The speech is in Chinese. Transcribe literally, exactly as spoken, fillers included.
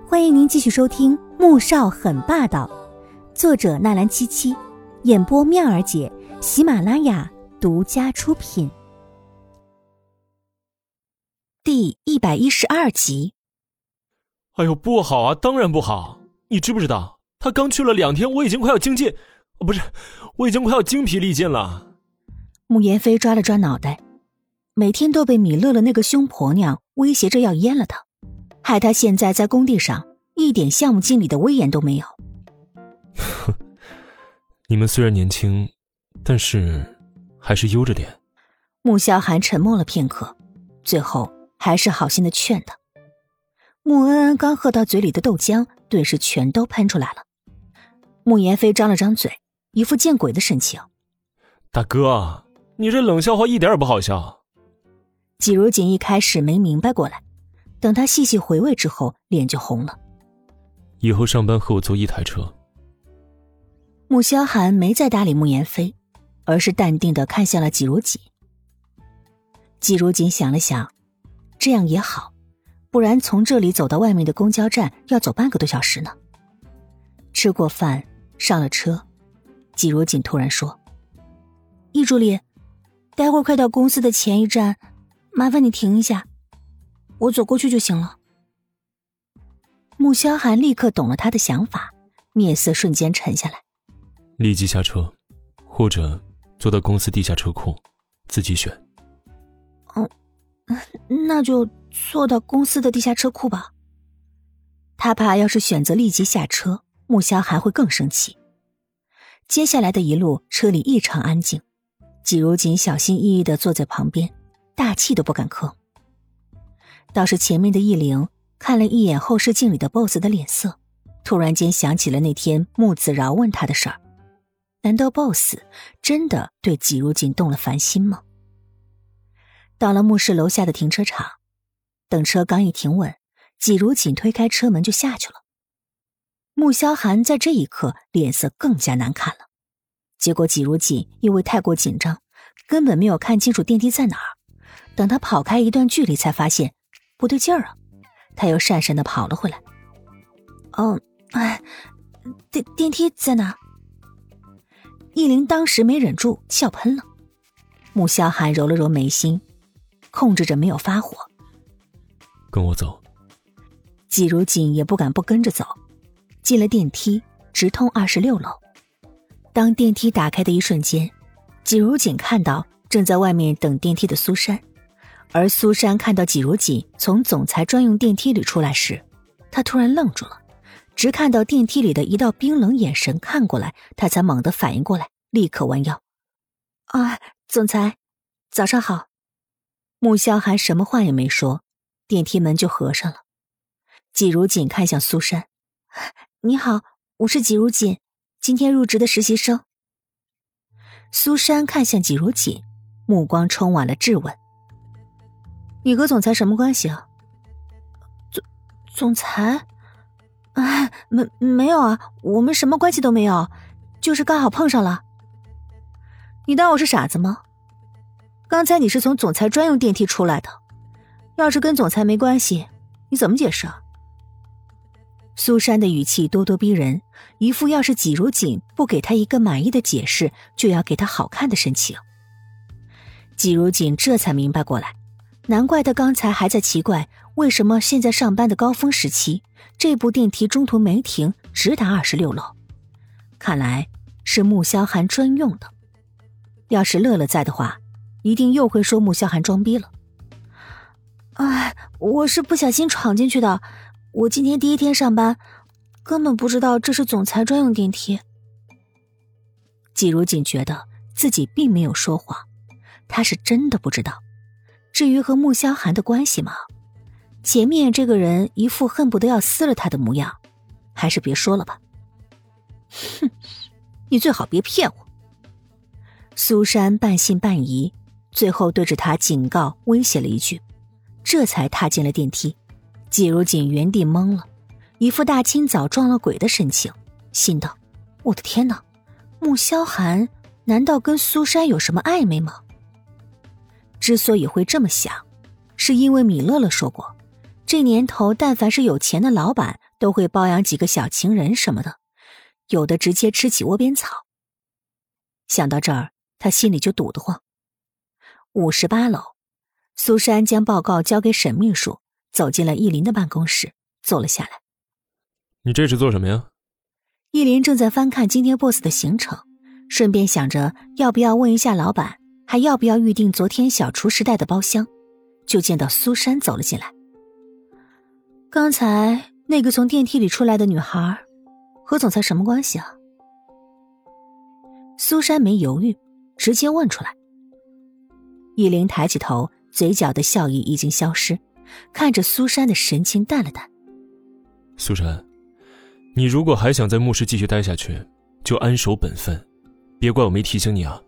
欢迎您继续收听《穆少很霸道》，作者纳兰七七，演播妙儿姐，喜马拉雅独家出品。第一百一十二集。 哎呦，不好啊，当然不好！你知不知道，他刚去了两天，我已经快要精尽，哦，不是，我已经快要精疲力尽了。 穆言飞抓了抓脑袋，每天都被米乐乐那个凶婆娘威胁着要阉了他，害他现在在工地上一点项目经理的威严都没有。 哼，你们虽然年轻，但是还是悠着点。 穆萧寒沉默了片刻，最后还是好心的劝他。穆恩恩刚喝到嘴里的豆浆顿时全都喷出来了。穆言飞张了张嘴，一副见鬼的神情。 大哥，你这冷笑话一点也不好笑。 季如锦一开始没明白过来，等他细细回味之后，脸就红了。 以后上班和我坐一台车。 穆萧寒没再搭理穆言飞，而是淡定地看向了季如锦。季如锦想了想，这样也好，不然从这里走到外面的公交站要走半个多小时呢。吃过饭，上了车，季如锦突然说：易助理，待会儿快到公司的前一站，麻烦你停一下，我走过去就行了。穆萧寒立刻懂了他的想法，面色瞬间沉下来。 立即下车，或者坐到公司地下车库，自己选。 哦，那就坐到公司的地下车库吧。他怕要是选择立即下车，穆萧寒会更生气。接下来的一路车里异常安静，季如锦小心翼翼地坐在旁边，大气都不敢吭。倒是前面的易灵看了一眼后视镜里的 boss 的脸色，突然间想起了那天穆子饶问他的事儿。难道 boss 真的对季如锦动了凡心吗？到了穆氏楼下的停车场，等车刚一停稳，季如锦推开车门就下去了。穆萧寒在这一刻脸色更加难看了，结果季如锦因为太过紧张，根本没有看清楚电梯在哪儿。等他跑开一段距离才发现不对劲儿啊，他又讪讪地跑了回来。哦，哎，电电梯在哪？易灵当时没忍住笑喷了。穆萧寒揉了揉眉心，控制着没有发火。 跟我走。 季如锦也不敢不跟着走，进了电梯，直通二十六楼。当电梯打开的一瞬间，季如锦看到正在外面等电梯的苏珊，而苏珊看到季如锦从总裁专用电梯里出来时，她突然愣住了，只看到电梯里的一道冰冷眼神看过来，她才猛地反应过来，立刻弯腰。啊，总裁，早上好。穆萧寒什么话也没说，电梯门就合上了。季如锦看向苏珊，你好，我是季如锦，今天入职的实习生。苏珊看向季如锦，目光充满了质问。你和总裁什么关系啊？总总裁？啊，没没有啊，我们什么关系都没有，就是刚好碰上了。你当我是傻子吗？刚才你是从总裁专用电梯出来的，要是跟总裁没关系，你怎么解释啊？苏珊的语气咄咄逼人，一副要是季如锦不给他一个满意的解释，就要给他好看的神情。季如锦这才明白过来，难怪他刚才还在奇怪，为什么现在上班的高峰时期，这部电梯中途没停，直达二十六楼。看来是穆萧寒专用的。要是乐乐在的话，一定又会说穆萧寒装逼了。哎，我是不小心闯进去的，我今天第一天上班，根本不知道这是总裁专用电梯。季如锦觉得自己并没有说谎，他是真的不知道。至于和穆萧寒的关系嘛，前面这个人一副恨不得要撕了他的模样，还是别说了吧。哼，你最好别骗我。苏珊半信半疑，最后对着他警告威胁了一句，这才踏进了电梯。季如锦原地懵了，一副大清早撞了鬼的神情，心道：我的天哪，穆萧寒难道跟苏珊有什么暧昧吗？之所以会这么想，是因为米乐乐说过，这年头但凡是有钱的老板都会包养几个小情人什么的，有的直接吃起窝边草。想到这儿，他心里就堵得慌。五十八楼，苏珊将报告交给沈秘书，走进了易林的办公室，坐了下来。 你这是做什么呀？ 易林正在翻看今天 boss 的行程，顺便想着要不要问一下老板，还要不要预定昨天小厨时代的包厢，就见到苏珊走了进来。刚才那个从电梯里出来的女孩和总裁什么关系啊？苏珊没犹豫，直接问出来。易林抬起头，嘴角的笑意已经消失，看着苏珊的神情淡了淡。 苏珊，你如果还想在牧师继续待下去，就安守本分，别怪我没提醒你啊。